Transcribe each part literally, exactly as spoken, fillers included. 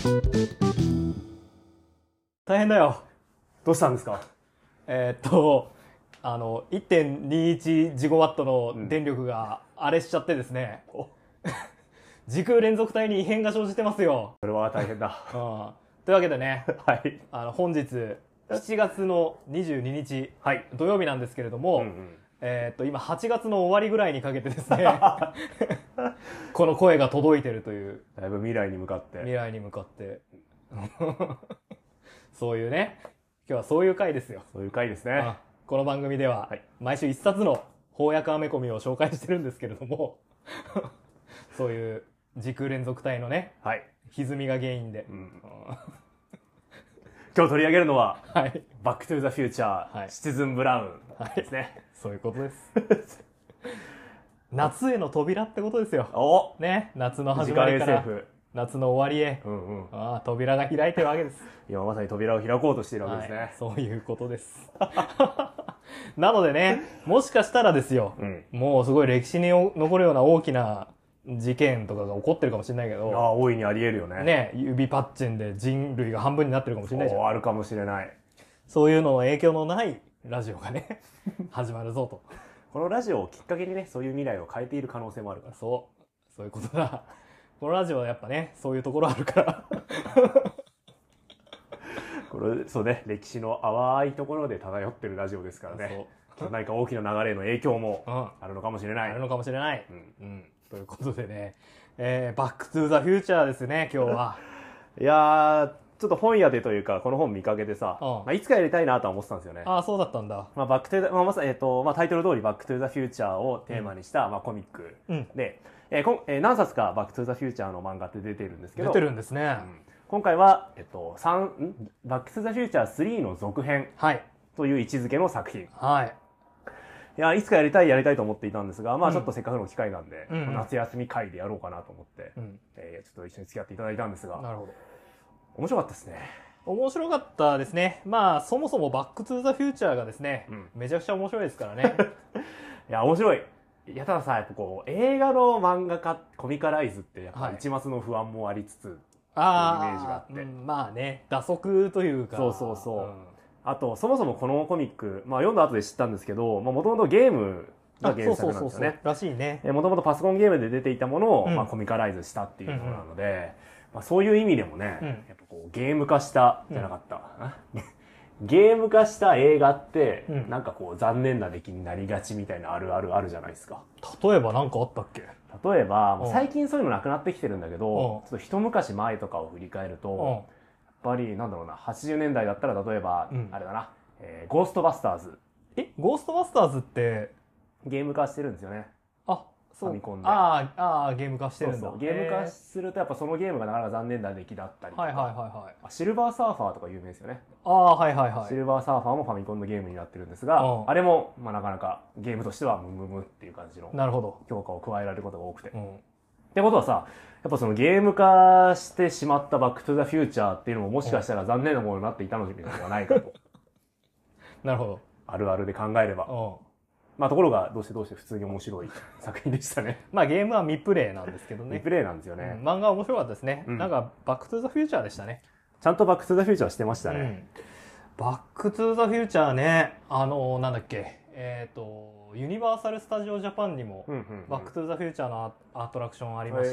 大変だよ。 どうしたんですか？ えーっと、あの、いってんにいちジゴワットの電力があれしちゃってですね、うん、時空連続体に異変が生じてますよ。 それは大変だ。 うん、というわけでね、 はい、 あの本日しちがつのにじゅうににち、 はい、 土曜日なんですけれども、うんうん、えー、っと今はちがつの終わりぐらいにかけてですねこの声が届いてるという。 だいぶ未来に向かって未来に向かってそういうね、今日はそういう回ですよ。 そういう回ですね。 あ、この番組では、はい、毎週一冊の翻訳アメコミを紹介してるんですけれどもそういう時空連続体のね、はい、歪みが原因で、うん、 今日取り上げるのは、 はい、 バックトゥーザフューチャー、はい、シチズン・ブラウンですね、はい、 そういうことです夏への扉ってことですよ。 お、 ね、夏の始まりから夏の終わりへ、うんうん、ああ、扉が開いてるわけです。 今まさに扉を開こうとしているわけですね、はい、 そういうことですなのでね、もしかしたらですよ、うん、もうすごい歴史に残るような大きな事件とかが起こってるかもしれないけど、 ああ、大いにありえるよね。 ね、指パッチンで人類が半分になってるかもしれないじゃん。 あるかもしれない。 そういうのの影響のないラジオがね始まるぞと。 このラジオをきっかけにね、そういう未来を変えている可能性もあるから。 そう、そういうことだ。このラジオはやっぱね、そういうところあるからこれ、そうね、歴史の淡いところで漂ってるラジオですからね。何か大きな流れの影響もあるのかもしれない。 うん、あるのかもしれない。うんうん、ということでね、えー、バックトゥーザフューチャーですね、今日は。 いやー、ちょっと本屋でというか、この本見かけてさ、うん、まあ、いつかやりたいなとは思ってたんですよね。 ああ、そうだったんだ。 まあ、バックトゥーザ、まあ、まさに、えっと、まあ、タイトル通りバックトゥーザフューチャーをテーマにした、うん、まあ、コミックで、うん、えーこえー、何冊かバックトゥーザフューチャーの漫画って出てるんですけど。 出てるんですね。うん、 今回は、えっと、さん、んバックトゥーザフューチャースリーの続編という位置づけの作品。はい。いや、いつかやりたいやりたいと思っていたんですが、まあちょっとせっかくの機会なんで、うん、夏休み会でやろうかなと思って、うん、えー、ちょっと一緒に付き合っていただいたんですが、なるほど。面白かったですね。 面白かったですね。まあそもそもバックトゥーザフューチャーがですね、うん、めちゃくちゃ面白いですからね。 いや、面白い。いや、たださ、やっぱこう、映画の漫画化、コミカライズって、やっぱ一抹の不安もありつつ、はい、イメージがあって。 うん、まあね、打足というか。 そうそうそう。うん、あと、そもそもこのコミック、まあ読んだ後で知ったんですけど、まあもともとゲームが原作なんですよね。 らしいね。 もともとパソコンゲームで出ていたものを、うん、まあコミカライズしたっていうものなので、うんうん、まあ、そういう意味でもね、うん、やっぱこうゲーム化したじゃなかった、うん、ゲーム化した映画って、うん、なんかこう残念な出来になりがちみたいなあるあるあるじゃないですか。 例えば何かあったっけ？ 例えば、うん、最近そういうのなくなってきてるんだけど、うん、ちょっと一昔前とかを振り返ると、うん、やっぱりなんだろうな、はちじゅうねんだいだったら例えば、うん、あれだな、えー、ゴーストバスターズ。 え、ゴーストバスターズってゲーム化してるんですよね。 あ、 ファミコンで。 ああ、ゲーム化してるんだ。 そうそう、ゲーム化するとやっぱそのゲームがなかなか残念な出来だったりとか。 はいはいはいはい。 シルバーサーファーとか有名ですよね。 ああ、はいはいはい。 シルバーサーファーもファミコンのゲームになってるんですが、うん、あれもまあなかなかゲームとしてはムムムっていう感じの評価を加えられることが多くて。うん、ってことはさ、やっぱそのゲーム化してしまったバックトゥザフューチャーっていうのももしかしたら残念なものになっていたのではないかと。 なるほど。 あるあるで考えれば。うん、まあところがどうしてどうして普通に面白い作品でしたね。 まあゲームは未プレイなんですけどね。 未プレイなんですよね。 うん、漫画は面白かったですね。うん、なんかバックトゥザフューチャーでしたね。 ちゃんとバックトゥザフューチャーしてましたね。 うん、バックトゥザフューチャーね、あのー、なんだっけ、えっと、ユニバーサル・スタジオ・ジャパンにも、バック・トゥ・ザ・フューチャーのアトラクションありまして、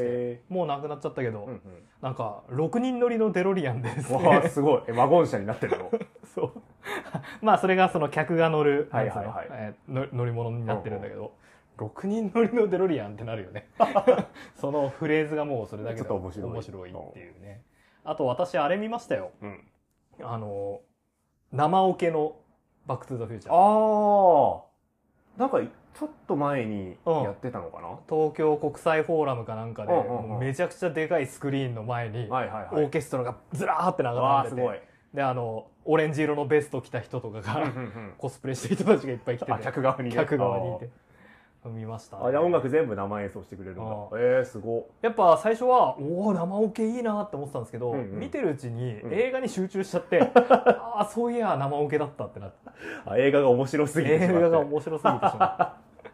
もうなくなっちゃったけど、うんうん、なんか、ろくにん乗りのデロリアンですね。 わあ、すごい。ワゴン車になってるのそう。まあ、それがその客が乗る、はいはいはい、えー、乗り物になってるんだけど、うんうん、ろくにん乗りのデロリアンってなるよね。そのフレーズがもうそれだけで面白いっていうね。あと、私、あれ見ましたよ。うん、あの、生オケのバック・トゥ・ザ・フューチャー。 ああ。なんかちょっと前にやってたのかな、うん、 東京国際フォーラムかなんかで、うんうんうん、めちゃくちゃでかいスクリーンの前にオーケストラがずらーって並んでて、はいはい、であのオレンジ色のベスト着た人とかがコスプレしてる人たちがいっぱい来てて、 客側にね、 客側にいて見ましたね。 あ、じゃあ音楽全部生演奏してくれるんだ。えー、すご。 やっぱ最初はおお生オケいいなって思ってたんですけど、うんうん、見てるうちに映画に集中しちゃって、うん、ああそういや生オケだったってなって、 あ、映画が面白すぎてしまって、 映画が面白すぎてしまって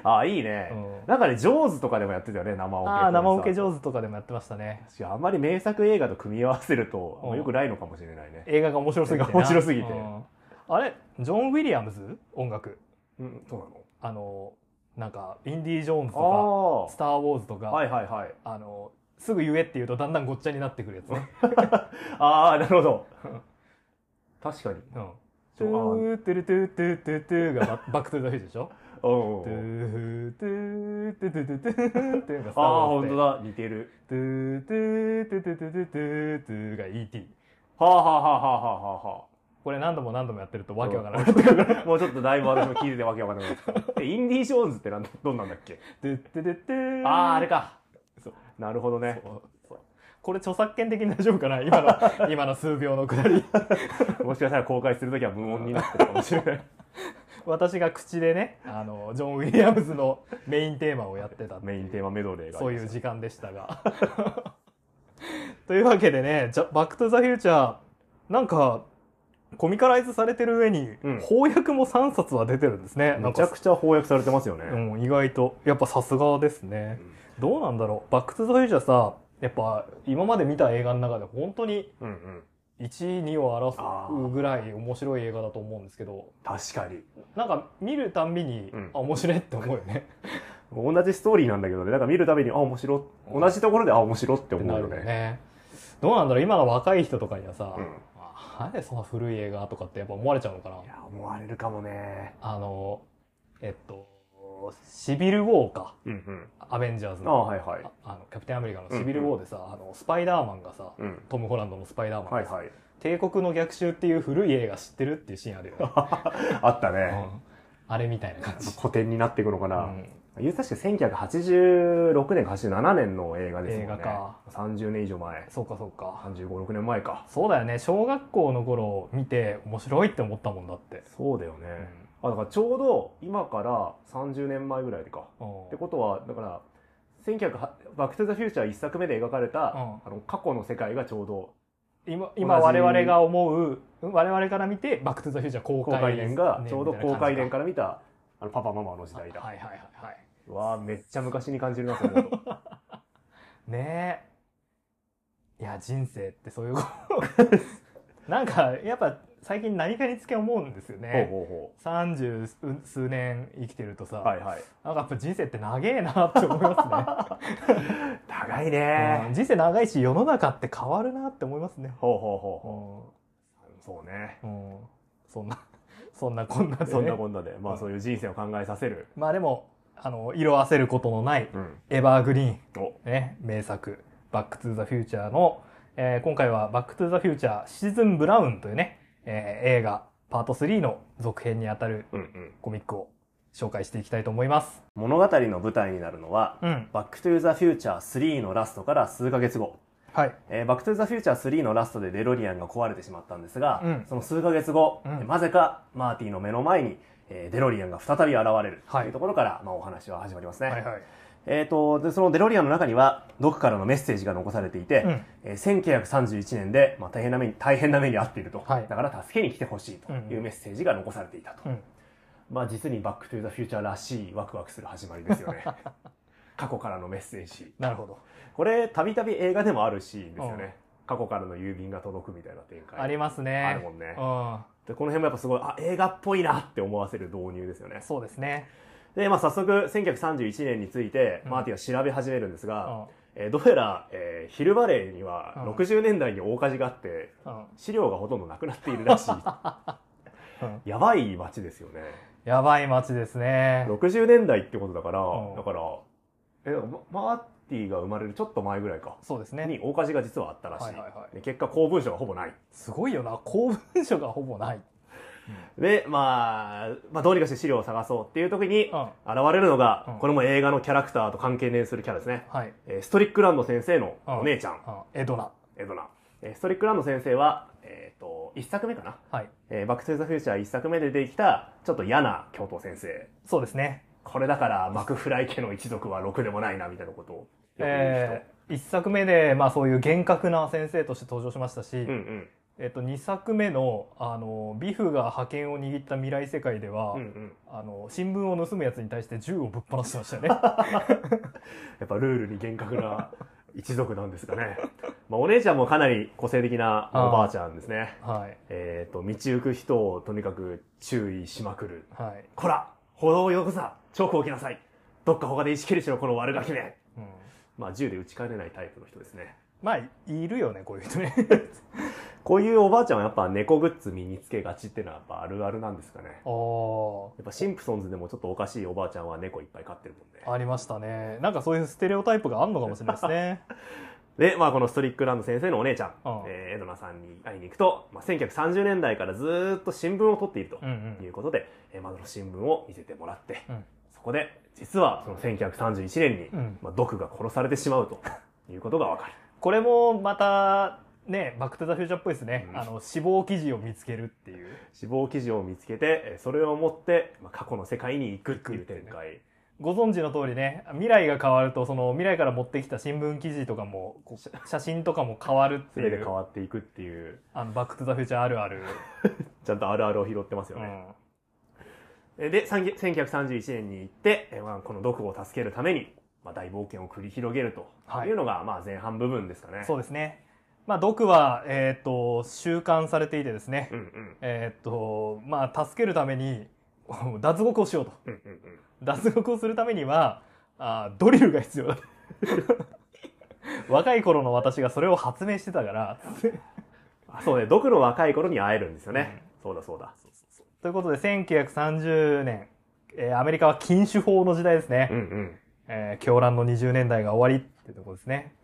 ああ、いいね。うん、なんかね、ジョーズとかでもやってたよね、生オケ。 ああ、生オケジョーズとかでもやってましたね。 あんまり名作映画と組み合わせると、うん、よくないのかもしれないね。 映画が面白すぎて。 面白すぎて。うん、 あれジョン・ウィリアムズ音楽。 うん、そうなの？あの、なんか、インディ・ジョーンズとか、スター・ウォーズとか、 はいはいはい。 あの、すぐ言えって言うとだんだんごっちゃになってくるやつね。 ああ、なるほど。確かに。 うん。トゥートゥルトゥトゥトゥトゥがバックトゥザフューチャーでしょ。 トゥートゥトゥトゥトゥトゥっていうのがスター・ああ、本当だ。似てる。 トゥトゥトゥトゥトゥトゥトゥトゥが イーティー。 はあはあはあはあはあはあ。 これ何度も何度もやってるとわけわからなくなってくる。 もうちょっとだいぶ私も聞いててわけわからなくなってきた。インディ・ジョーンズってなんどんなんだっけ？ トゥトゥトゥトゥ。 ああ、あれか。なるほどね。 これ著作権的に大丈夫かな今の、今の数秒のくだり。 もしかしたら公開するときは無音になってるかもしれない。 私が口でね、あの、ジョン・ウィリアムズのメインテーマをやってた。 メインテーマメドレーが。 そういう時間でしたが。というわけでね、じゃバック・トゥ・ザ・フューチャー、なんか、コミカライズされてる上に、うん、翻訳もさんさつは出てるんですね。 めちゃくちゃ翻訳されてますよね。 うん、意外と。やっぱさすがですね。うん、どうなんだろう。バック・トゥ・ザ・フューチャーさ、やっぱ今まで見た映画の中で本当にいち、にを争うぐらい面白い映画だと思うんですけど。 確かに。 なんか見るたんびに、うん、あ、面白いって思うよね。 同じストーリーなんだけどね、なんか見るたびに、あ、面白い。同じところで、あ、面白いって思うよね。ね。 どうなんだろう、今の若い人とかにはさ、うん、なんでそんな古い映画とかってやっぱ思われちゃうのかな。いや、思われるかもね。 あの、えっと、シビルウォーか、うんうん、アベンジャーズの、 あ、はいはい、 あのキャプテンアメリカのシビルウォーでさ、うんうん、あのスパイダーマンがさ、うん、トム・ホランドのスパイダーマンがさ、はいはい、帝国の逆襲っていう古い映画知ってるっていうシーンあるよね。 あったね、 うん、あれみたいな感じ。 古典になっていくのかな。うん、確かせんきゅうひゃくはちじゅうろくねんかはちじゅうななねんの映画ですもんね。映画か。さんじゅうねん以上前。 そうかそうか。 さんじゅうご、ろくねんまえか。 そうだよね。小学校の頃見て面白いって思ったもんだって。 そうだよね。うん、あ、だからちょうど今からさんじゅうねんまえぐらいでか。ってことは、だから、せんきゅうひゃく、バックトゥザフューチャー一作目で描かれた、うん、あの過去の世界がちょうど、 今、今我々が思う、我々から見て、バックトゥザフューチャー公開公開年が、ちょうど公開年から見た、あのパパママの時代だ。 はいはいはいはい。 うわぁ、めっちゃ昔に感じるな、それだと。 ねえ。いや、人生ってそういうこと。なんか、やっぱ最近何かにつけ思うんですよね。ほうほうほう。さんじゅう数年生きてるとさ、はいはい、なんかやっぱ人生って長えなって思いますね。 長いね、 うん。人生長いし、世の中って変わるなって思いますね。 ほうほうほうほう。うん、そうね。 うん。そんな、そんなこんなで、ね。 そんなこんなで。まあそういう人生を考えさせる。 まあでも、あの、色あせることのない、エバーグリーン、ね、名作、バックトゥザフューチャーの、えー、今回はバックトゥザフューチャーシーズンブラウンというね、えー、映画パートスリーの続編にあたるコミックを紹介していきたいと思います。 物語の舞台になるのは、うん、バックトゥザフューチャースリーのラストから数ヶ月後。はい。えー、バックトゥザフューチャースリーのラストでデロリアンが壊れてしまったんですが、うん、その数ヶ月後、うん、なぜかマーティの目の前にえー、デロリアンが再び現れるというところから、はい、まあ、お話は始まりますね。はいはい、えーと、でそのデロリアンの中にはドクからのメッセージが残されていて、うんえー、せんきゅうひゃくさんじゅういちねんで、まあ、大変な目に大変な目に遭っていると、はい、だから助けに来てほしいというメッセージが残されていたと、うん、まあ実にバックトゥザフューチャーらしいワクワクする始まりですよね。過去からのメッセージ。 なるほど。 これたびたび映画でもあるシーンですよね。うん、過去からの郵便が届くみたいな展開ありますね。 あるもんね。うんでこの辺もやっぱすごい、あ、映画っぽいなって思わせる導入ですよね。 そうですね。 で、まあ早速、せんきゅうひゃくさんじゅういちねんについて、うん、マーティは調べ始めるんですが、うん、えー、どうやら、えー、ヒルバレーにはろくじゅうねんだいに大火事があって、うん、資料がほとんどなくなっているらしい。うん、やばい街ですよね。 やばい街ですね。 ろくじゅうねんだいってことだから、うん、だから、え、マーティが生まれるちょっと前ぐらいか。 そうですね。 に大火事が実はあったらしい。はいはいはい、で結果、公文書がほぼない。 すごいよな。公文書がほぼない。 うん、で、まあ、まあ、どうにかして資料を探そうっていう時に、現れるのが、うん、これも映画のキャラクターと関係連するキャラですね。はい。えー、ストリックランド先生のお姉ちゃん。 うんうん、エドナ。 エドナ。えー、ストリックランド先生は、えっ、ー、と、一作目かな。はい。えー、バックトゥザフューチャー一作目で出てきた、ちょっと嫌な教頭先生。 そうですね。 これだから、マクフライ家の一族はろくでもないな、みたいなことをよく言う人。 えー、一作目で、まあそういう厳格な先生として登場しましたし、うんうん、 えっと、にさくめのあのビフが覇権を握った未来世界では、うんうん、あの新聞を盗むやつに対して銃をぶっ放してましたよね。やっぱルールに厳格な一族なんですかね。まあ、お姉ちゃんもかなり個性的なおばあちゃんですね。はい、えっと道行く人をとにかく注意しまくる。はい、こら歩道をよこさチョークを置きなさいどっか他で石切りしろこの悪ガキめ、うん、まあ銃で撃ち返れないタイプの人ですね。 まあいるよねこういう人ね。 こういうおばあちゃんはやっぱ猫グッズ身につけがちっていうのはやっぱあるあるなんですかね。ああ。やっぱシンプソンズでもちょっとおかしいおばあちゃんは猫いっぱい飼ってるもんね。 ありましたね。なんかそういうステレオタイプがあるのかもしれないですね。 で、まあこのストリックランド先生のお姉ちゃん、うん、えー、エドナさんに会いに行くと、まあ、せんきゅうひゃくさんじゅうねんだいからずっと新聞を取っているということで、うんうん、まあ、その新聞を見せてもらって、うん、そこで実はそのせんきゅうひゃくさんじゅういちねんに、うん、まあ、ドクが殺されてしまうということがわかる。 これもまたね、バックトゥザフューチャーっぽいですね、うん、あの死亡記事を見つけるっていう死亡記事を見つけてそれを持って過去の世界に行くっていう展開。 ご存知の通りね、未来が変わるとその未来から持ってきた新聞記事とかもこう写真とかも変わるっていう、 で変わっていくっていうあのバックトゥザフューチャーあるあるちゃんとあるあるを拾ってますよね、うん、でせんきゅうひゃくさんじゅういちねんに行って、まあ、このドクを助けるために、まあ、大冒険を繰り広げるというのが、はい、まあ、前半部分ですかね。 そうですね。まあ、ドクは、えー、と収監されていてですね、うんうん、えーとまあ、助けるために脱獄をしようと、うんうんうん、脱獄をするためにはあドリルが必要だ若い頃の私がそれを発明してたからそうね、ドクの若い頃に会えるんですよね、うん、そうだそうだ。そうそうそう。 ということでせんきゅうひゃくさんじゅうねん、えー、アメリカは禁酒法の時代ですね、うんうん、えー、狂乱のにじゅうねんだいが終わりってところですね。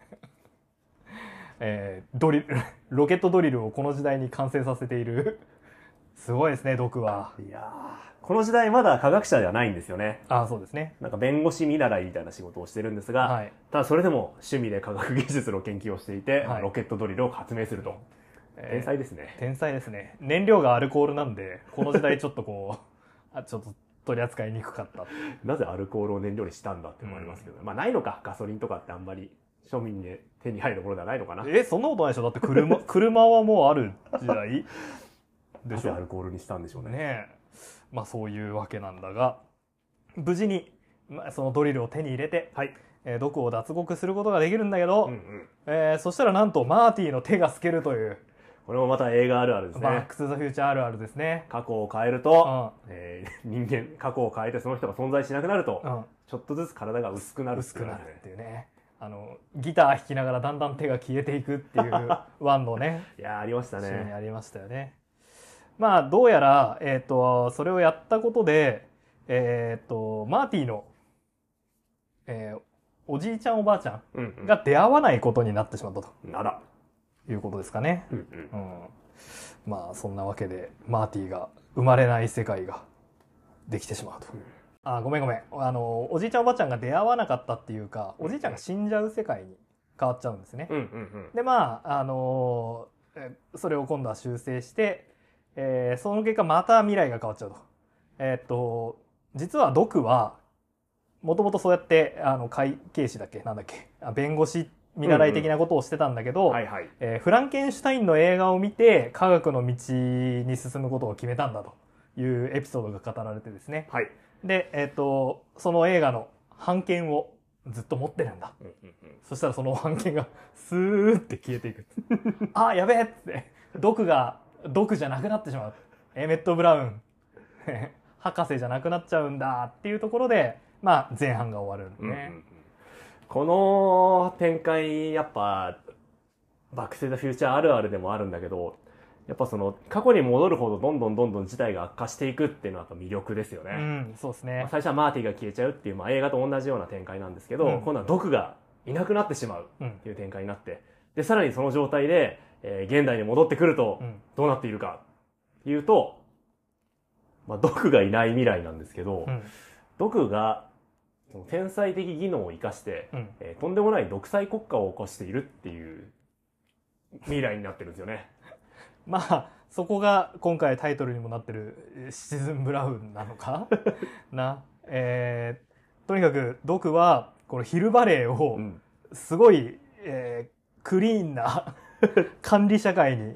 えー、ドリルロケットドリルをこの時代に完成させているすごいですねドクは。 いやー、この時代まだ科学者ではないんですよね。 ああ、そうですね。 なんか弁護士見習いみたいな仕事をしてるんですが、はい、ただそれでも趣味で科学技術の研究をしていて、はい、ロケットドリルを発明すると、えー、天才ですね。 天才ですね。燃料がアルコールなんでこの時代ちょっとこうあちょっと取り扱いにくかったなぜアルコールを燃料にしたんだって思いますけど、うん、まあないのか、ガソリンとかってあんまり庶民で手に入るものではないのかな。 え、そんなことないでしょ。だって車車はもうある時代でしょ。なぜアルコールにしたんでしょうね。ねえ、 まあそういうわけなんだが、無事にそのドリルを手に入れて、はい、えー、ドクを脱獄することができるんだけど、うんうん、えー、そしたらなんとマーティの手が透けるという。 これもまた映画あるあるですね。 バックトゥザフューチャーあるあるですね。 過去を変えると、うん、えー、人間過去を変えてその人が存在しなくなると、うん、ちょっとずつ体が薄くなる、ね、 薄くなるっていうね。あのギター弾きながらだんだん手が消えていくっていうワンのねいやありましたね。 シーンありましたよね。まあどうやら、えー、とそれをやったことで、えー、とマーティの、えー、おじいちゃんおばあちゃんが出会わないことになってしまったと、 うんうん、 いうことですかね、うんうんうん、まあそんなわけでマーティが生まれない世界ができてしまうと、うん、あ、ごめんごめん。あの、おじいちゃんおばあちゃんが出会わなかったっていうか、おじいちゃんが死んじゃう世界に変わっちゃうんですね。うんうんうん、で、まあ、あのー、それを今度は修正して、えー、その結果また未来が変わっちゃうと。えー、っと、実はドクは、もともとそうやって、あの、会計士だっけなんだっけ弁護士見習い的なことをしてたんだけど、フランケンシュタインの映画を見て、科学の道に進むことを決めたんだというエピソードが語られてですね。はい。で、えっと、その映画の版権をずっと持ってるんだ。うんうんうん、そしたらその版権がスーって消えていく。あ、やべえって。毒が、毒じゃなくなってしまう。エメット・ブラウン。博士じゃなくなっちゃうんだっていうところで、まあ前半が終わるんでね。うんうんうん、 この展開、やっぱ、バック・トゥ・ザ・フューチャーあるあるでもあるんだけど、やっぱその過去に戻るほどどんどんどんどん事態が悪化していくっていうのはやっぱ魅力ですよね。うん、そうですね。最初はマーティが消えちゃうっていう、まあ、映画と同じような展開なんですけど、うん、今度はドクがいなくなってしまうっていう展開になって、でさらにその状態で、えー、現代に戻ってくるとどうなっているかっていうと、まあ、ドクがいない未来なんですけど、うん、ドクが天才的技能を生かして、うんえー、とんでもない独裁国家を起こしているっていう未来になってるんですよね。 まあそこが今回タイトルにもなってるシチズン・ブラウンなのかな、えー、とにかくドクはこのヒルバレーをすごい、うんえー、クリーンな管理社会に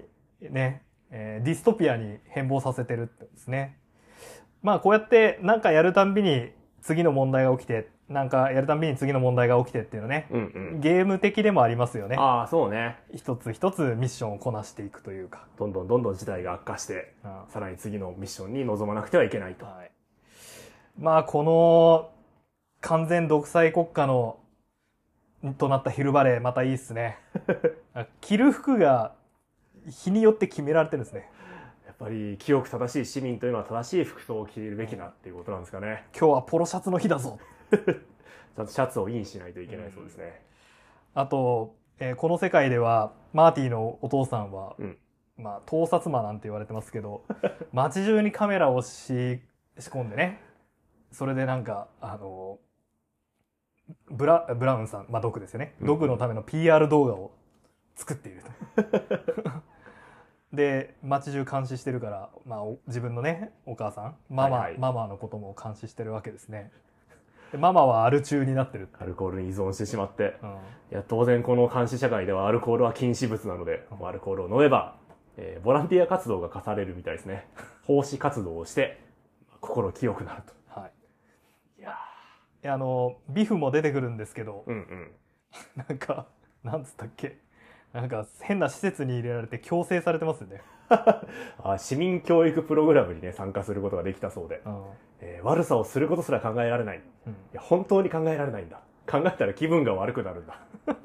ね、えー、ディストピアに変貌させてるってですね。まあこうやってなんかやるたんびに次の問題が起きて、なんかやるたんびに次の問題が起きてっていうのね、うんうん、ゲーム的でもありますよね。 ああ、そうね。 一つ一つミッションをこなしていくというか。 どんどんどんどん事態が悪化して、うん、さらに次のミッションに臨まなくてはいけないと。はい、 まあこの完全独裁国家のとなったヒルバレー、またいいっすね。着る服が日によって決められてるんですね。 やっぱり清く正しい市民というのは正しい服装を着るべきだっていうことなんですかね。 今日はポロシャツの日だぞ。 ちゃんとシャツをインしないといけないそうですね。 うん、あと、えー、この世界ではマーティのお父さんは、うん、まあ盗撮魔なんて言われてますけど、街中にカメラをし仕込んでね、それでなんかあのブラブラウンさん、まあドクですよね、うん、ドクのための ピーアール 動画を作っていると。で街中監視してるから、まあ、自分のねお母さんママ、はいはい、ママのことも監視してるわけですね。でママはアル中になってるって、 アルコールに依存してしまって、うん、いや当然この監視社会ではアルコールは禁止物なので、うん、アルコールを飲めば、えー、ボランティア活動が課されるみたいですね。奉仕活動をして心清くなると。はい、 いやいやあのビフも出てくるんですけど、うんうん、なんかなんつったっけ、なんか変な施設に入れられて強制されてますよね。 あ、市民教育プログラムにね参加することができたそうで、うん、えー、悪さをすることすら考えられない、うん、いや本当に考えられないんだ、考えたら気分が悪くなるんだ。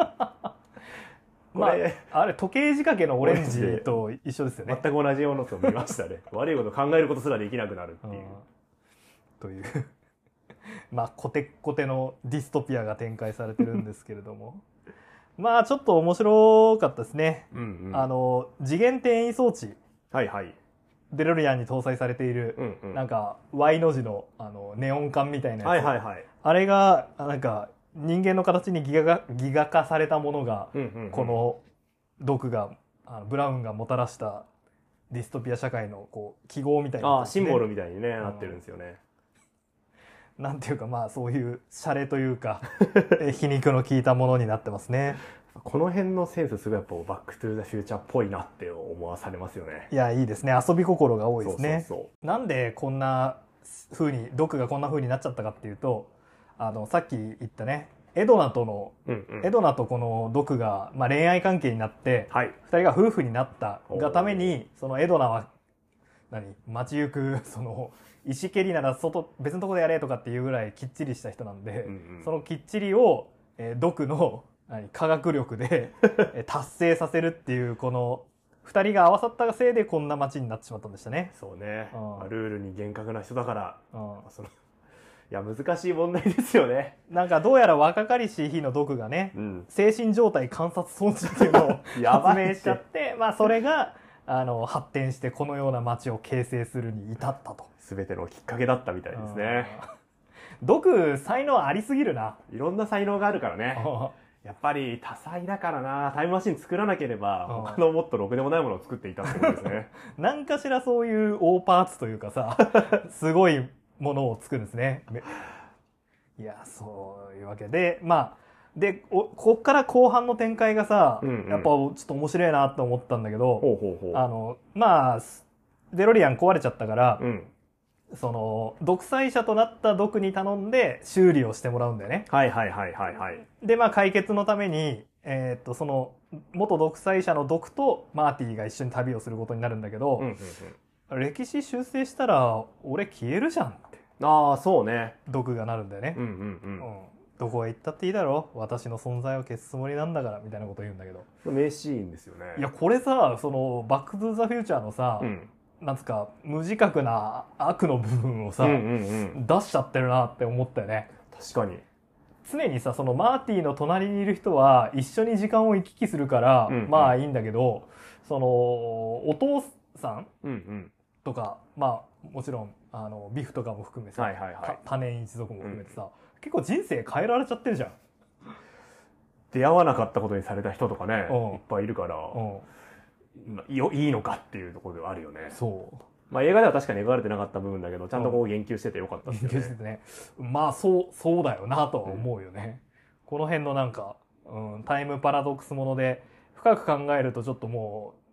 これ、まあ、あれ時計仕掛けのオレンジと一緒ですよね。 全く同じようなのを見ましたね。悪いこと考えることすらできなくなるっていう、うん、 というまあコテッコテのディストピアが展開されてるんですけれども。まあちょっと面白かったですね。うんうん、あの次元転移装置、はいはい、デロリアンに搭載されている、うんうん、なんか Y の字の、あのネオン管みたいなやつ、はいはいはい、あれがなんか人間の形にギガがギガ化されたものが、うんうんうん、このドクがあのブラウンがもたらしたディストピア社会のこう記号みたいな、ね、 あシンボルみたいに、ね、なってるんですよね。 なんていうかまあそういうシャレというか皮肉の効いたものになってますね。 この辺のセンスすごいやっぱバックトゥーザフューチャーっぽいなって思わされますよね。 いやいいですね、遊び心が多いですね。そうそうそう、なんでこんな風にドクがこんな風になっちゃったかっていうと、あのさっき言ったねエドナとの、うんうん、エドナとこのドクが、まあ、恋愛関係になって、はい、ふたりが夫婦になったがために、そのエドナは何街行くその石蹴りなら外別のところでやれとかっていうぐらいきっちりした人なんで、うんうん、そのきっちりを、えー、ドクの何科学力で達成させるっていうこのふたりが合わさったせいでこんな街になってしまったんでしたね。 そうね、うん、ルールに厳格な人だから、うん、そのいや難しい問題ですよね。 なんかどうやら若かりし日のドクがね、うん、精神状態観察装置っていうのを発明しちゃってまあそれがあの発展してこのような街を形成するに至ったと。 全てのきっかけだったみたいですね。 ドク才能ありすぎるな。 いろんな才能があるからね。やっぱり多彩だからな。タイムマシン作らなければ他のもっとろくでもないものを作っていたってことですね。 何かしらそういう大パーツというかさすごいものを作るんですね。いやそういうわけでまあでおこっから後半の展開がさ、うんうん、やっぱちょっと面白いなと思ったんだけど、ほうほうほう、あのまあデロリアン壊れちゃったから、うん、その独裁者となったドクに頼んで修理をしてもらうんだよね。 はいはいはいはいはい。 でまあ解決のために、えー、っとその元独裁者のドクとマーティが一緒に旅をすることになるんだけど、うんうんうん、歴史修正したら俺消えるじゃんって。 ああそうね。 ドクがなるんだよね。うんうんうん。うんどこへ行ったっていいだろ私の存在を消すつもりなんだからみたいなこと言うんだけど、 名シーンですよね。 いやこれさそのバック・トゥ・ザ・フューチャーのさ、うん、なんつか無自覚な悪の部分をさ、うんうんうん、出しちゃってるなって思ったよね。 確かに常にさそのマーティの隣にいる人は一緒に時間を行き来するから、うんうん、まあいいんだけどそのお父さん、うんうん、とかまあもちろんあのビフとかも含めさ、はいはいはい、多年一族も含めてさ、うん結構人生変えられちゃってるじゃん。 出会わなかったことにされた人とかね、うん、いっぱいいるから、うん、よいいのかっていうところではあるよね。そう。まあ映画では確かに描かれてなかった部分だけど、ちゃんとこう言及しててよかったですよね。言及しててね。 まあそうそうだよなとは思うよね。うん、この辺のなんか、うん、タイムパラドックスもので深く考えるとちょっともう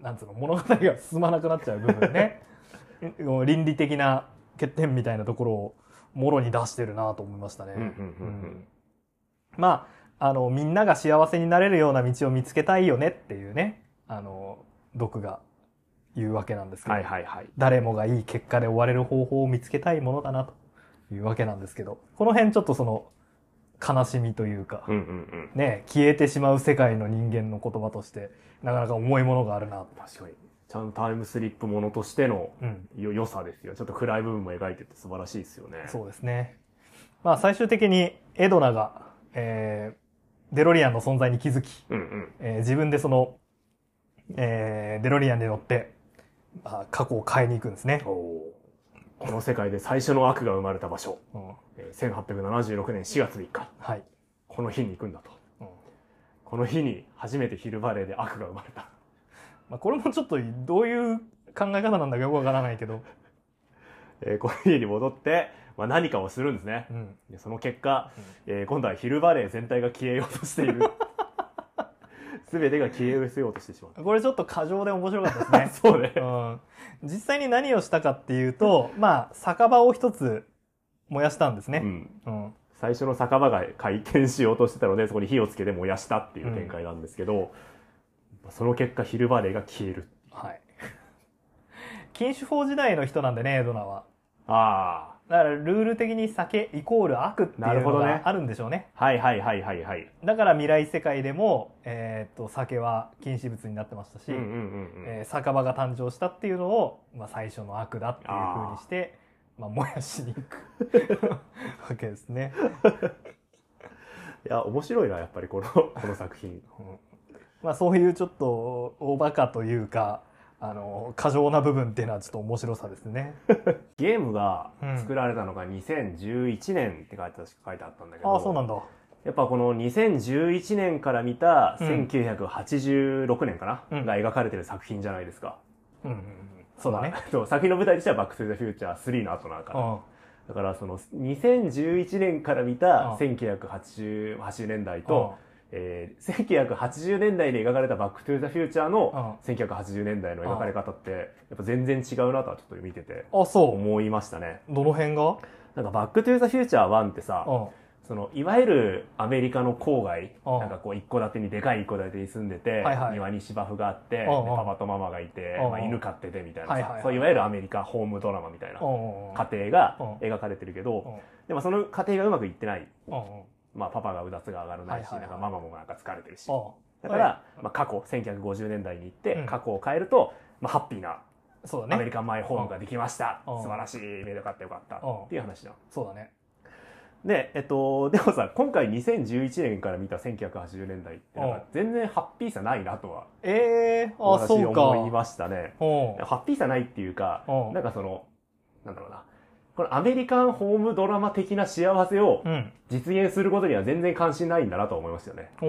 なんつうの物語が進まなくなっちゃう部分ね倫理的な欠点みたいなところをもろに出してるなと思いましたね。まああのみんなが幸せになれるような道を見つけたいよねっていうねあの毒が言うわけなんですけど、はいはいはい、誰もがいい結果で終われる方法を見つけたいものだなというわけなんですけど、この辺ちょっとその悲しみというか、うんうんうん、ね、消えてしまう世界の人間の言葉としてなかなか重いものがあるな。 確かにちゃんとタイムスリップものとしてのよ、うん、良さですよ。ちょっと暗い部分も描いてて素晴らしいですよね。 そうですね。まあ最終的にエドナが、えー、デロリアンの存在に気づき、うんうんえー、自分でその、えー、デロリアンに乗って、まあ、過去を変えに行くんですね。 おこの世界で最初の悪が生まれた場所、うんえー、せんはっぴゃくななじゅうろくねんしがつみっか、はい、この日に行くんだと、うん、この日に初めてヒルバレーで悪が生まれた。 まあこれもちょっとどういう考え方なんだかよくわからないけど、 えー、この家に戻って、まあ、何かをするんですね、うん、でその結果、うんえー、今度はヒルバレー全体が消えようとしている全てが消え失せようとしてしまう。 これちょっと過剰で面白かったですねそうね、 うん、実際に何をしたかっていうとまあ酒場を一つ燃やしたんですね、うんうん、最初の酒場が回転しようとしてたのでそこに火をつけて燃やしたっていう展開なんですけど、うん、その結果ヒルバレーが消える。はい禁酒法時代の人なんでねエドナは。 ああだからルール的に酒イコール悪っていうのがあるんでしょうね。 はいはいはいはいはい。 だから未来世界でも、えー、と酒は禁止物になってましたし、酒場が誕生したっていうのを、まあ、最初の悪だっていう風にして、まあ、燃やしに行くわけですね。 いや面白いなやっぱりこのこの作品、うんまあ、そういうちょっと大バカというかあの過剰な部分っていうのはちょっと面白さですね。 ゲームが作られたのがにせんじゅういちねんって書いて書いてあったんだけど、 ああそうなんだ。 やっぱこのにせんじゅういちねんから見たせんきゅうひゃくはちじゅうろくねんかな、うん、が描かれてる作品じゃないですか。うんうんうん、 そうだね。 まあ、作品の舞台としてはバックトゥザフューチャースリーの後なんかな。だからそのにせんじゅういちねんから見たせんきゅうひゃくはちじゅうねんだいと、えー、せんきゅうひゃくはちじゅうねんだいで描かれたバックトゥザフューチャーのせんきゅうひゃくはちじゅうねんだいの描かれ方ってやっぱ全然違うなとはちょっと見てて思いましたね。 どの辺が？ なんかバックトゥザフューチャーワンってさ、そのいわゆるアメリカの郊外、なんかこう一戸建てにでかい一戸建てに住んでて、はいはい、庭に芝生があって、パパとママがいて、まあ、犬飼っててみたいなさ、はいはいはい、そういわゆるアメリカホームドラマみたいな家庭が描かれてるけど、でもその家庭がうまくいってない。まあパパがうだつが上がらないし、はいはいはい、なんかママもなんか疲れてるし。だから、はい、まあ過去、せんきゅうひゃくごじゅうねんだいに行って、うん、過去を変えると、まあハッピーな、そうだね、アメリカンマイホームができました。素晴らしい、見れよかったよかったっていう話だ。 そうだね。 で、えっと、でもさ、今回にせんじゅういちねんから見たせんきゅうひゃくはちじゅうねんだいってなんか全然ハッピーさないなとは、 ええー、あ、そうか。 思いましたね。ハッピーさないっていうか、なんかその、なんだろうな。このアメリカンホームドラマ的な幸せを実現することには全然関心ないんだなと思いましたよね。うん、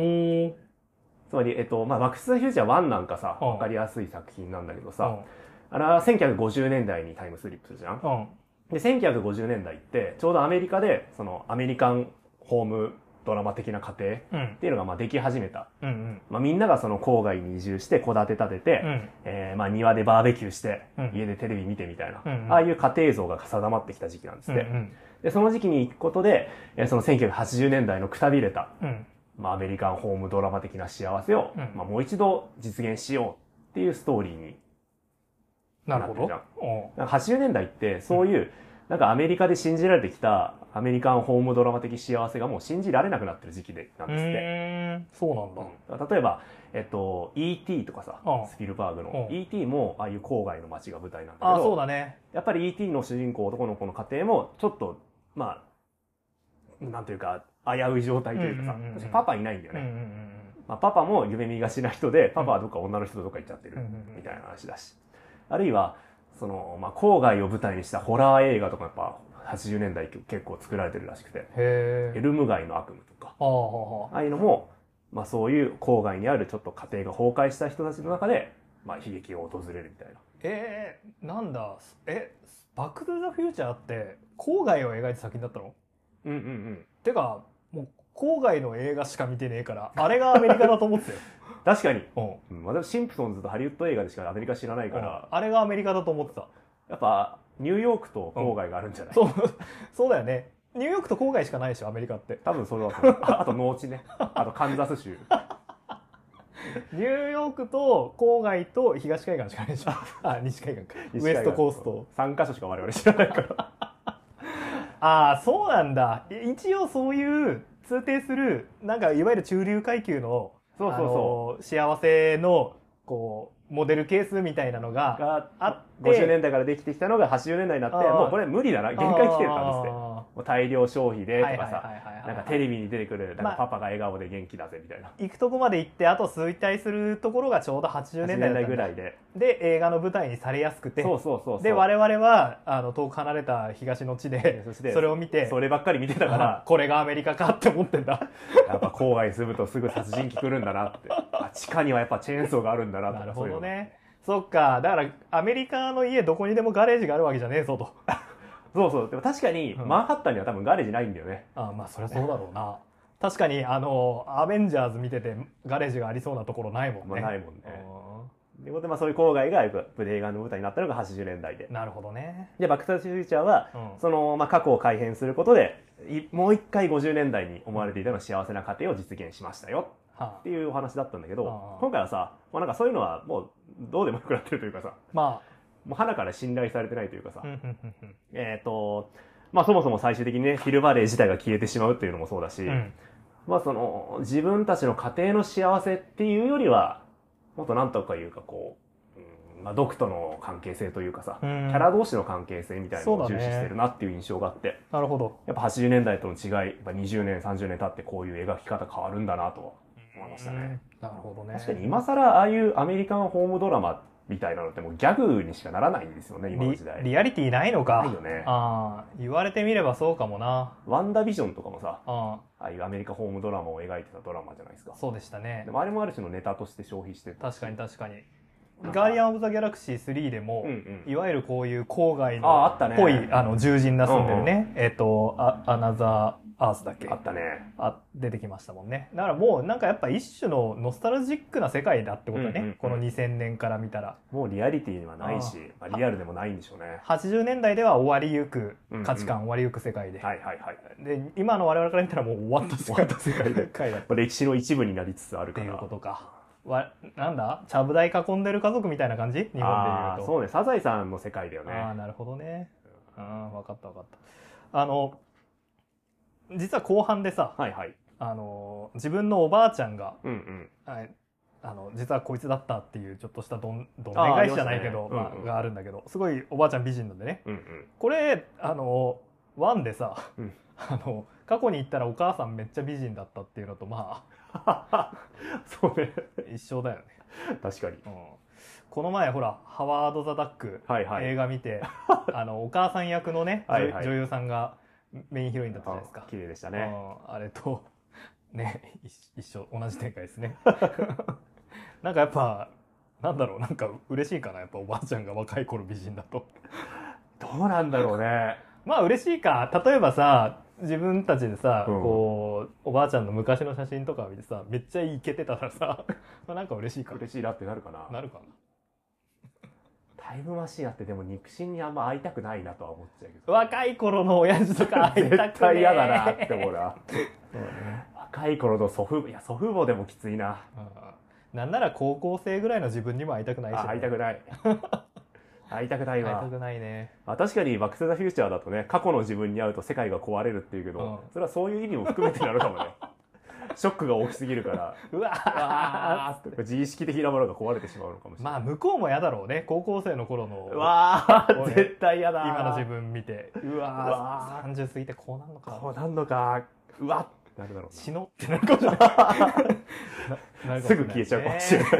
つまり、えっと、まあ、バックス・ザ・フューチャーワンなんかさ、わかりやすい作品なんだけどさ、あれはせんきゅうひゃくごじゅうねんだいにタイムスリップするじゃん。うんで、せんきゅうひゃくごじゅうねんだいって、ちょうどアメリカで、そのアメリカンホームドラマ的な家庭っていうのがまあでき始めた。うんうんまあ、みんながその郊外に移住して戸建て建てて、うんえー、まあ庭でバーベキューして、家でテレビ見てみたいな、うんうん、ああいう家庭像が定まってきた時期なんですって。うんうん、で、その時期に行くことで、そのせんきゅうひゃくはちじゅうねんだいのくたびれた、うんまあ、アメリカンホームドラマ的な幸せを、うんまあ、もう一度実現しようっていうストーリーになってるじゃん。なるほど。はちじゅうねんだいってそういう、うんなんかアメリカで信じられてきたアメリカンホームドラマ的幸せがもう信じられなくなってる時期でなんですって。うーんそうなんだ。うん、例えば、えっと、イーティー とかさ、スピルバーグの イーティー もああいう郊外の街が舞台なんだけど、 あそうだね。 やっぱり イーティー の主人公男の子の家庭もちょっと、まあ、なんというか、危うい状態というかさ、うんうんうん、パパいないんだよね。うんうんうんまあ、パパも夢見がちな人で、パパはどっか女の人とどっか行っちゃってるみたいな話だし。あるいは、その、まあ、郊外を舞台にしたホラー映画とかやっぱはちじゅうねんだい結構作られてるらしくて。エルム街の悪夢とか。ああいうのも、まあそういう郊外にあるちょっと家庭が崩壊した人たちの中で、まあ悲劇を訪れるみたいな。 えー、なんだ、え、バックトゥザフューチャーって郊外を描いた作品だったの？ うんうんうん。 てか、もう郊外の映画しか見てねえから、あれがアメリカだと思ってたよ。 確かに。うん。私、シンプソンズとハリウッド映画でしかアメリカ知らないから。 あれがアメリカだと思ってた。 やっぱ、ニューヨークと郊外があるんじゃない、 うん、そう、そうだよね。ニューヨークと郊外しかないでしょ、アメリカって。 多分それだと思う。あ, あと農地ね。あとカンザス州。 ニューヨークと郊外と東海岸しかないでしょ。あ、西海岸か。ウエストコースト。 さんカ所しか我々知らないから。 ああ、そうなんだ。一応そういう通底する、なんかいわゆる中流階級の、そうそうそう、幸せの、こう、モデルケースみたいなのがあって、 ごじゅうねんだいからできてきたのがはちじゅうねんだいになって、もうこれ無理だな、限界来てる感じって。もう大量消費でとかさ、なんかテレビに出てくる、なんかパパが笑顔で元気だぜみたいな。 行くとこまで行って、あと衰退するところがちょうどはちじゅうねんだいぐらいで。 で、映画の舞台にされやすくて、 そうそうそう。 で、我々は、あの、遠く離れた東の地で、それを見て、 そればっかり見てたから、 これがアメリカかって思ってんだ。 やっぱ郊外に住むとすぐ殺人鬼来るんだなって。あ、地下にはやっぱチェーンソーがあるんだなって。 なるほどね。そっか。だから、アメリカの家どこにでもガレージがあるわけじゃねえぞと。 そうそう。でも確かに、マンハッタンには多分ガレージないんだよね。 ああ、まあそりゃそうだろうな。確かに、あの、アベンジャーズ見ててガレージがありそうなところないもんね。 まあないもんね。ということで、まあそういう郊外が映画の舞台になったのがはちじゅうねんだいで。 なるほどね。 で、バック・トゥ・ザ・フューチャーは、うん、その、まあ過去を改変することで、もう一回ごじゅうねんだいに思われていたの幸せな家庭を実現しましたよ。っていうお話だったんだけど、はあ、今回はさ、まあ、なんかそういうのはもうどうでもよくなってるというかさ、まあ、もう鼻から信頼されてないというかさ、えっと、まあそもそも最終的にね、フィル・バレー自体が消えてしまうっていうのもそうだし、うん、まあその、自分たちの家庭の幸せっていうよりは、もっとなんとかいうかこう、うん、まあドクとの関係性というかさ、うん、キャラ同士の関係性みたいなのを重視してるなっていう印象があって、ね、 なるほど。 やっぱはちじゅうねんだいとの違い、やっぱにじゅうねん、さんじゅうねん経ってこういう描き方変わるんだなと。思いましたね。 なるほどね。 確かに今更ああいうアメリカンホームドラマみたいなのってもうギャグにしかならないんですよね、今の時代。 リ, リアリティないのか。 ないよね。 ああ、言われてみればそうかもな。 ワンダービジョンとかもさ、ああいうアメリカホームドラマを描いてたドラマじゃないですか。 そうでしたね。 でもあれもある種のネタとして消費してた。確かに確かに。ガーディアン・オブ・ザ・ギャラクシースリーでも、うんうん、いわゆるこういう郊外のっぽい、あの獣人な住んでるね、うんうん、えっと、アナザーアースだっけあったね。 あ、出てきましたもんね。だからもうなんかやっぱ一種のノスタルジックな世界だってことだね。うんうんうん、このにせんねんから見たら。 もうリアリティはないし、まあ、リアルでもないんでしょうね。 はちじゅうねんだいでは終わりゆく、価値観、うんうん、終わりゆく世界で。 はいはいはい。 で、今の我々から見たらもう終わった世界。 終わった世界で。歴史の一部になりつつあるから。 っていうことか。わ、なんだちゃぶ台囲んでる家族みたいな感じ日本で言うと。 そうね。サザエさんの世界だよね。 ああ、なるほどね。うん、分かった分かった。あの、実は後半でさ、はいはい、あの自分のおばあちゃんが、うんうんはい、あの実はこいつだったっていうちょっとしたどんどんでん返しじゃないけど、あ、ね、まあうんうん、があるんだけど、すごいおばあちゃん美人なんでね、うんうん、これあのワンでさ、うん、あの過去に行ったらお母さんめっちゃ美人だったっていうのとまあそうね一緒だよね。 確かに、 うん、この前ほらハワード・ザ・ダック、はいはい、映画見てあのお母さん役のねはい、はい、女優さんがメインヒロインだったじゃないですか。 綺麗でしたね。 あれとね一緒同じ展開ですね。なんかやっぱなんだろうなんか嬉しいかなやっぱおばあちゃんが若い頃美人だと。 どうなんだろうね。 まあ嬉しいか。例えばさ自分たちでさ、うん、こうおばあちゃんの昔の写真とか見てさめっちゃイケてたらさまあなんか嬉しいか。 嬉しいなってなるかな。 なるかな。 タイムマシンあってでも肉親にあんま会いたくないなとは思っちゃうけど若い頃の親父とか会いたくね絶対嫌だなって思うな、うんね、若い頃の祖父母いや祖父母でもきついな、 うん、なんなら高校生ぐらいの自分にも会いたくないし、ね、 あ会いたくない会いたくないわ会いたくないね。 あ確かにバック・トゥ・ザ・フューチャーだとね過去の自分に会うと世界が壊れるっていうけど、うん、それはそういう意味も含めてなるかもねショックが大きすぎるからうわーって自意識的なものが壊れてしまうのかもしれない。 まあ向こうも嫌だろうね高校生の頃のうわー絶対嫌だ今の自分見てうわーさんじゅう過ぎてこうなんのかこうなんのかうわってなるだろうな死のってなるかもしれないすぐ消えちゃうかもしれない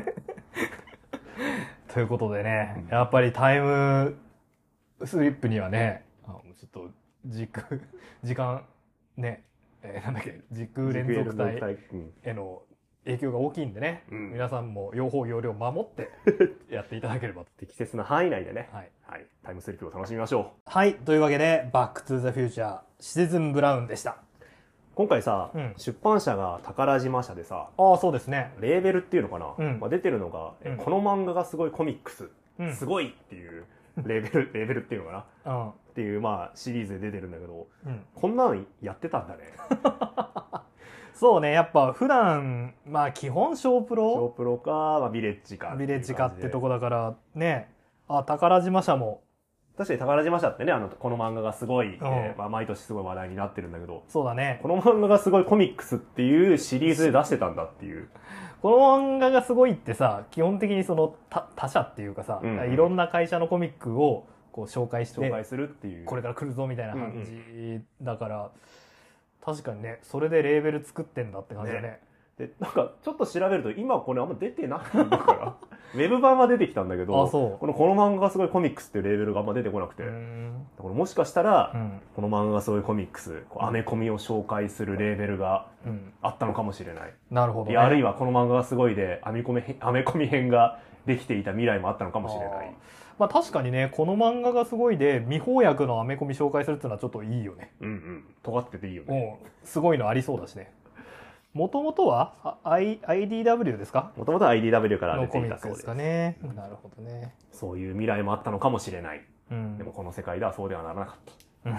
ということでね、うん、やっぱりタイムスリップにはねあちょっと時空時間ねえー、なんだっけ時空連続体への影響が大きいんでね、うん、皆さんも用法用量守ってやっていただければと適切な範囲内でね、はいはい、タイムスリップを楽しみましょう。 はいというわけでバックトゥザフューチャーシティズンブラウンでした。 今回さ、うん、出版社が宝島社でさ、 ああそうですね、 レーベルっていうのかな、うん、まあ、出てるのが、 うん、 この漫画がすごいコミックス、うん、すごいっていうレーベルレーベルっていうのかな、うん、っていうまあシリーズで出てるんだけど、うん、こんなのやってたんだね。 そうね、やっぱ普段まあ基本ショープロショープロか、まあ、ビレッジかビレッジかってとこだからね。あ、宝島社も確かに宝島社ってね、あのこの漫画がすごい、うん、えーまあ、毎年すごい話題になってるんだけど、 そうだね、 この漫画がすごいコミックスっていうシリーズで出してたんだっていう。 この漫画がすごいってさ、基本的にその他他社っていうかさ、うんうん、いろんな会社のコミックをこう紹介して紹介するっていうこれから来るぞみたいな感じだから、うんうん、確かにね、それでレーベル作ってんだって感じだね。 でなんかちょっと調べると今これあんま出てないんだからウェブ版は出てきたんだけど、 あ、そう、 このこの漫画がすごいコミックスっていうレーベルがあんま出てこなくて、だからもしかしたら、うん、この漫画がすごいコミックス、こうアメコミを紹介するレーベルがあったのかもしれない。 うん、なるほど、ね、 いや、あるいはこの漫画がすごいでアメコミアメコミ編ができていた未来もあったのかもしれない。 まあ確かにね、この漫画がすごいで未翻訳のアメコミ紹介するっていうのはちょっといいよね。 うんうん、尖ってていいよね。 すごいのありそうだしね。もともとは アイディーダブリュー ですか？ もともとは アイディーダブリュー から出ていたそうです。 ですかね。なるほどね。 そういう未来もあったのかもしれない。うん、でもこの世界ではそうではならなかった。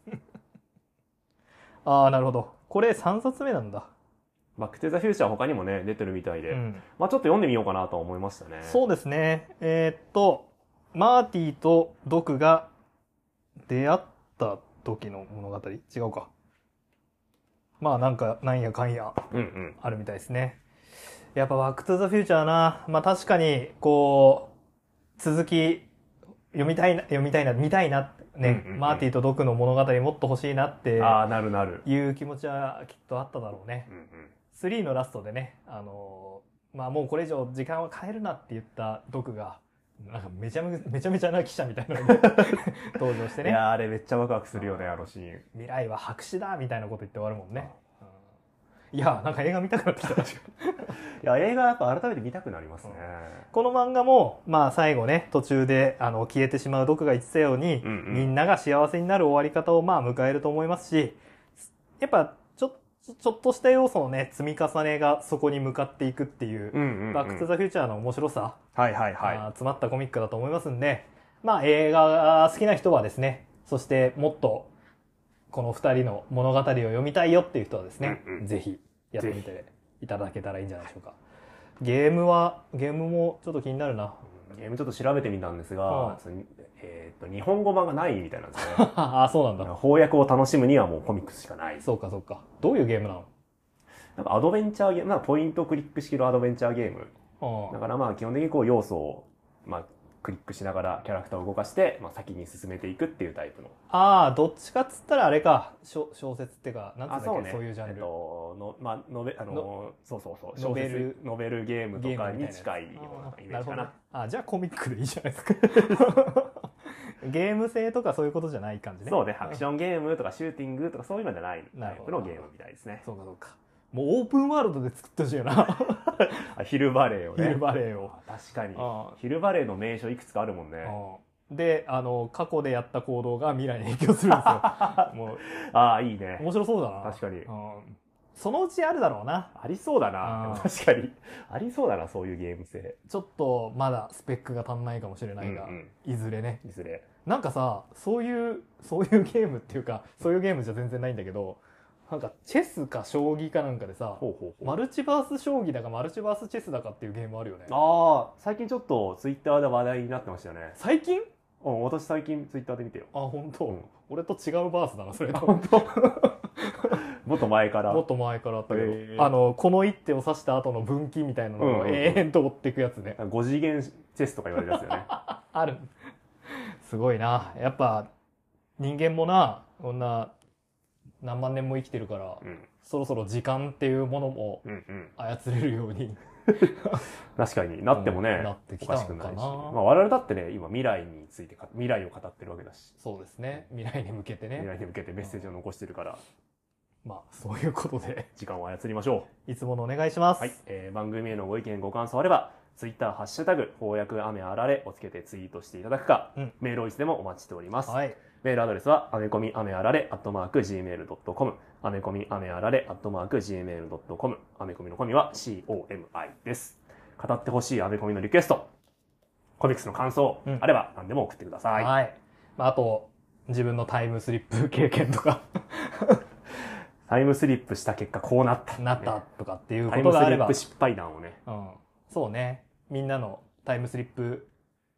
ああ、なるほど。これさんさつめなんだ。 バックトゥザフューチャー他にもね出てるみたいで、うん、まあちょっと読んでみようかなと思いましたね。 そうですね。えー、っとマーティとドクが出会った時の物語、違うか。まあなんかなんやかんやあるみたいですね。うんうん、やっぱバックトゥザフューチャーな、まあ確かにこう続き読みたいな読みたいな見たいなね、うんうんうん、マーティとドクの物語もっと欲しいなってあなるなるいう気持ちはきっとあっただろうね。うんうん、スリーのラストでね、あのー、まあもうこれ以上時間は変えるなって言ったドクがなんかめちゃめちゃめちゃな記者みたいなので登場してね。 いやあれめっちゃワクワクするよね、あのシーン。 未来は白紙だみたいなこと言って終わるもんね。いやなんか映画見たくなってきた。いや映画やっぱ改めて見たくなりますね。 うん、この漫画もまあ最後ね途中であの消えてしまうドクが言ってたように、うんうん、みんなが幸せになる終わり方をまあ迎えると思いますし、やっぱちょっとちょっとした要素のね積み重ねがそこに向かっていくっていう、うんうんうん、バックトゥザフューチャーの面白さ、 はいはいはい、 詰まったコミックだと思いますんで、まあ映画が好きな人はですね、そしてもっとこのふたりの物語を読みたいよっていう人はですね、うんうん、ぜひやってみていただけたらいいんじゃないでしょうか。ゲームはゲームもちょっと気になるな。 ゲームちょっと調べてみたんですが、うん、えー、と日本語版がないみたいなんですね。 あ、そうなんだ。 翻訳を楽しむにはもうコミックスしかない。 そうかそうか。どういうゲームなの？ なんかアドベンチャーゲーム、なんかポイントクリック式のアドベンチャーゲーム。だからまあ基本的にこう要素をまあクリックしながらキャラクターを動かして、まあ、先に進めていくっていうタイプの。 ああ、どっちかっつったらあれか、小説っていうか、なんつうんだっけ、そうね、そういうジャンル。 えっと、のまあ、ノベ、あの、そうそうそう、小説、ノベルゲームとかに近いようなイメージかな。なあ、じゃあコミックでいいじゃないですか。ゲーム性とかそういうことじゃない感じね。 そうね、アクションゲームとかシューティングとかそういうのじゃないタイプのゲームみたいですね。 そうかそうか。もうオープンワールドで作ってほしいよな。 ヒルバレーをね。 ヒルバレーを。 確かに。ヒルバレーの名所いくつかあるもんね。 で、あの、過去でやった行動が未来に影響するんですよ。もうああ、いいね。 面白そうだな。 確かに。 そのうちあるだろうな。 ありそうだな。確かに。ありそうだな、そういうゲーム性。 ちょっとまだスペックが足んないかもしれないが、うんうん、いずれね。 いずれ。 なんかさ、そういう、そういうゲームっていうか、そういうゲームじゃ全然ないんだけど、なんかチェスか将棋かなんかでさ、ほうほうほう、マルチバース将棋だかマルチバースチェスだかっていうゲームあるよね。 ああ、最近ちょっとツイッターで話題になってましたよね。 最近？ うん、私最近ツイッターで見てよ。 あ、本当。うん、俺と違うバースだな、それと。 本当。もっと前から。 もっと前からあったけど、あのこの一手を指した後の分岐みたいなのを永遠と追っていくやつね。 ご次元チェスとか言われるやつよね。 ある。すごいな。やっぱ人間もな、こんな何万年も生きてるから、うん、そろそろ時間っていうものも操れるように、うんうん、 確かになってもね、うん、なってきたのかな。おかしくないし、まあ、我々だってね今未来について未来を語ってるわけだし。 そうですね、未来に向けてね、 未来に向けてメッセージを残してるから、 うん、まあそういうことで時間を操りましょう。いつものお願いします。 はい、えー、番組へのご意見ご感想あればツイッターハッシュタグ翻訳雨あられをつけてツイートしていただくか、うん、メールをいつでもお待ちしております。はい、 メールアドレスは、アメコミアメあられ、アットマーク、ジーメールドットコム。アメコミアメあられ、アットマーク、ジーメールドットコム。アメコミのコミは シーオーエムアイ です。語ってほしいアメコミのリクエスト、コミックスの感想、うん、あれば何でも送ってください。 はい。まあ、あと、自分のタイムスリップ経験とか。 タイムスリップした結果こうなった、 ね。なったとかっていうことがあれば。 タイムスリップ失敗談をね。 うん。そうね。みんなのタイムスリップ、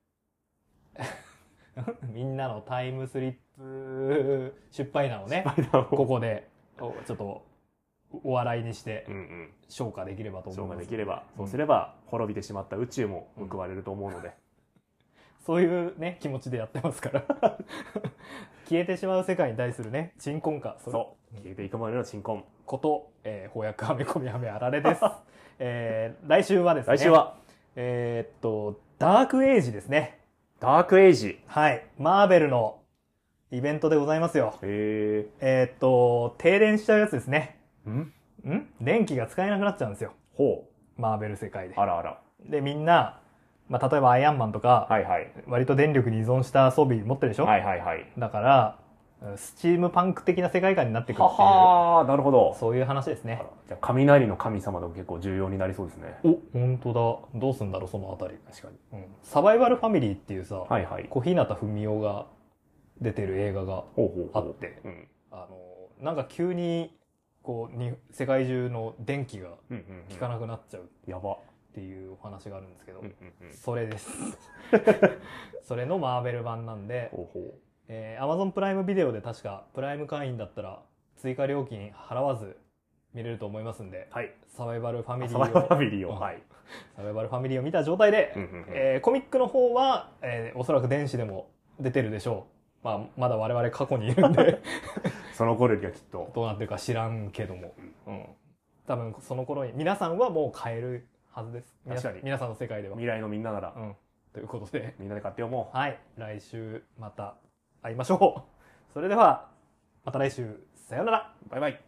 みんなのタイムスリップ失敗談をね、ここでちょっとお笑いにして消化できればと思います。 消化できれば、そうすれば滅びてしまった宇宙も報われると思うので、うん、 そういうね気持ちでやってますから消えてしまう世界に対するね鎮魂歌、 そう消えていくまでの鎮魂こと、えー、翻訳アメコミアメあられです、えー、来週はですね、 来週はえー、っとダークエイジですね。 ダークエイジ。 はい。マーベルのイベントでございますよ。 へー。 えー、っと、停電しちゃうやつですね。 んん電気が使えなくなっちゃうんですよ。 ほう。マーベル世界で。 あらあら。 で、みんな、まあ、例えばアイアンマンとか、 はいはい。 割と電力に依存した装備持ってるでしょ。 はいはいはい。 だから、スチームパンク的な世界観になってくるっていう。 ははー、なるほど。 そういう話ですね。 じゃあ雷の神様でも結構重要になりそうですね。 お、本当だ。どうすんだろう、そのあたり。確かに。うん。サバイバルファミリーっていうさ、 はいはい。 小日向文雄が出てる映画があって、 うん、 あの、なんか急に、こう、に、世界中の電気が効かなくなっちゃう。 やば。 っていうお話があるんですけど、 うんうんうん、 それです。それのマーベル版なんで、 ほうほう、 えー、Amazon プライムビデオで確かプライム会員だったら追加料金払わず見れると思いますんで、 はい、 サバイバルファミリーをサバイバルファミリーを、はい、 サバイバルファミリーを見た状態で、うんうんうん、えー、コミックの方は、えー、おそらく電子でも出てるでしょう。まあ、まだ我々過去にいるんでその頃にはきっとどうなってるか知らんけども、うん、多分その頃に皆さんはもう買えるはずです。 確かに皆さんの世界では未来のみんななら、 うん、ということでみんなで買って読もう。はい、来週また会いましょう。それではまた来週、さようなら、 バイバイ。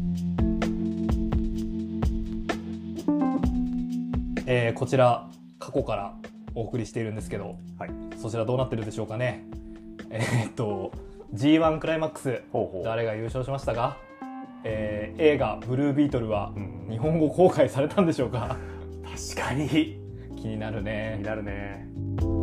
えー、こちら過去からお送りしているんですけど、はい、そちらどうなってるでしょうかね。えー、っと ジーワン クライマックス、ほうほう、誰が優勝しましたか。えー、映画ブルービートルは日本語公開されたんでしょうか。 確かに気になるね。 気になるね。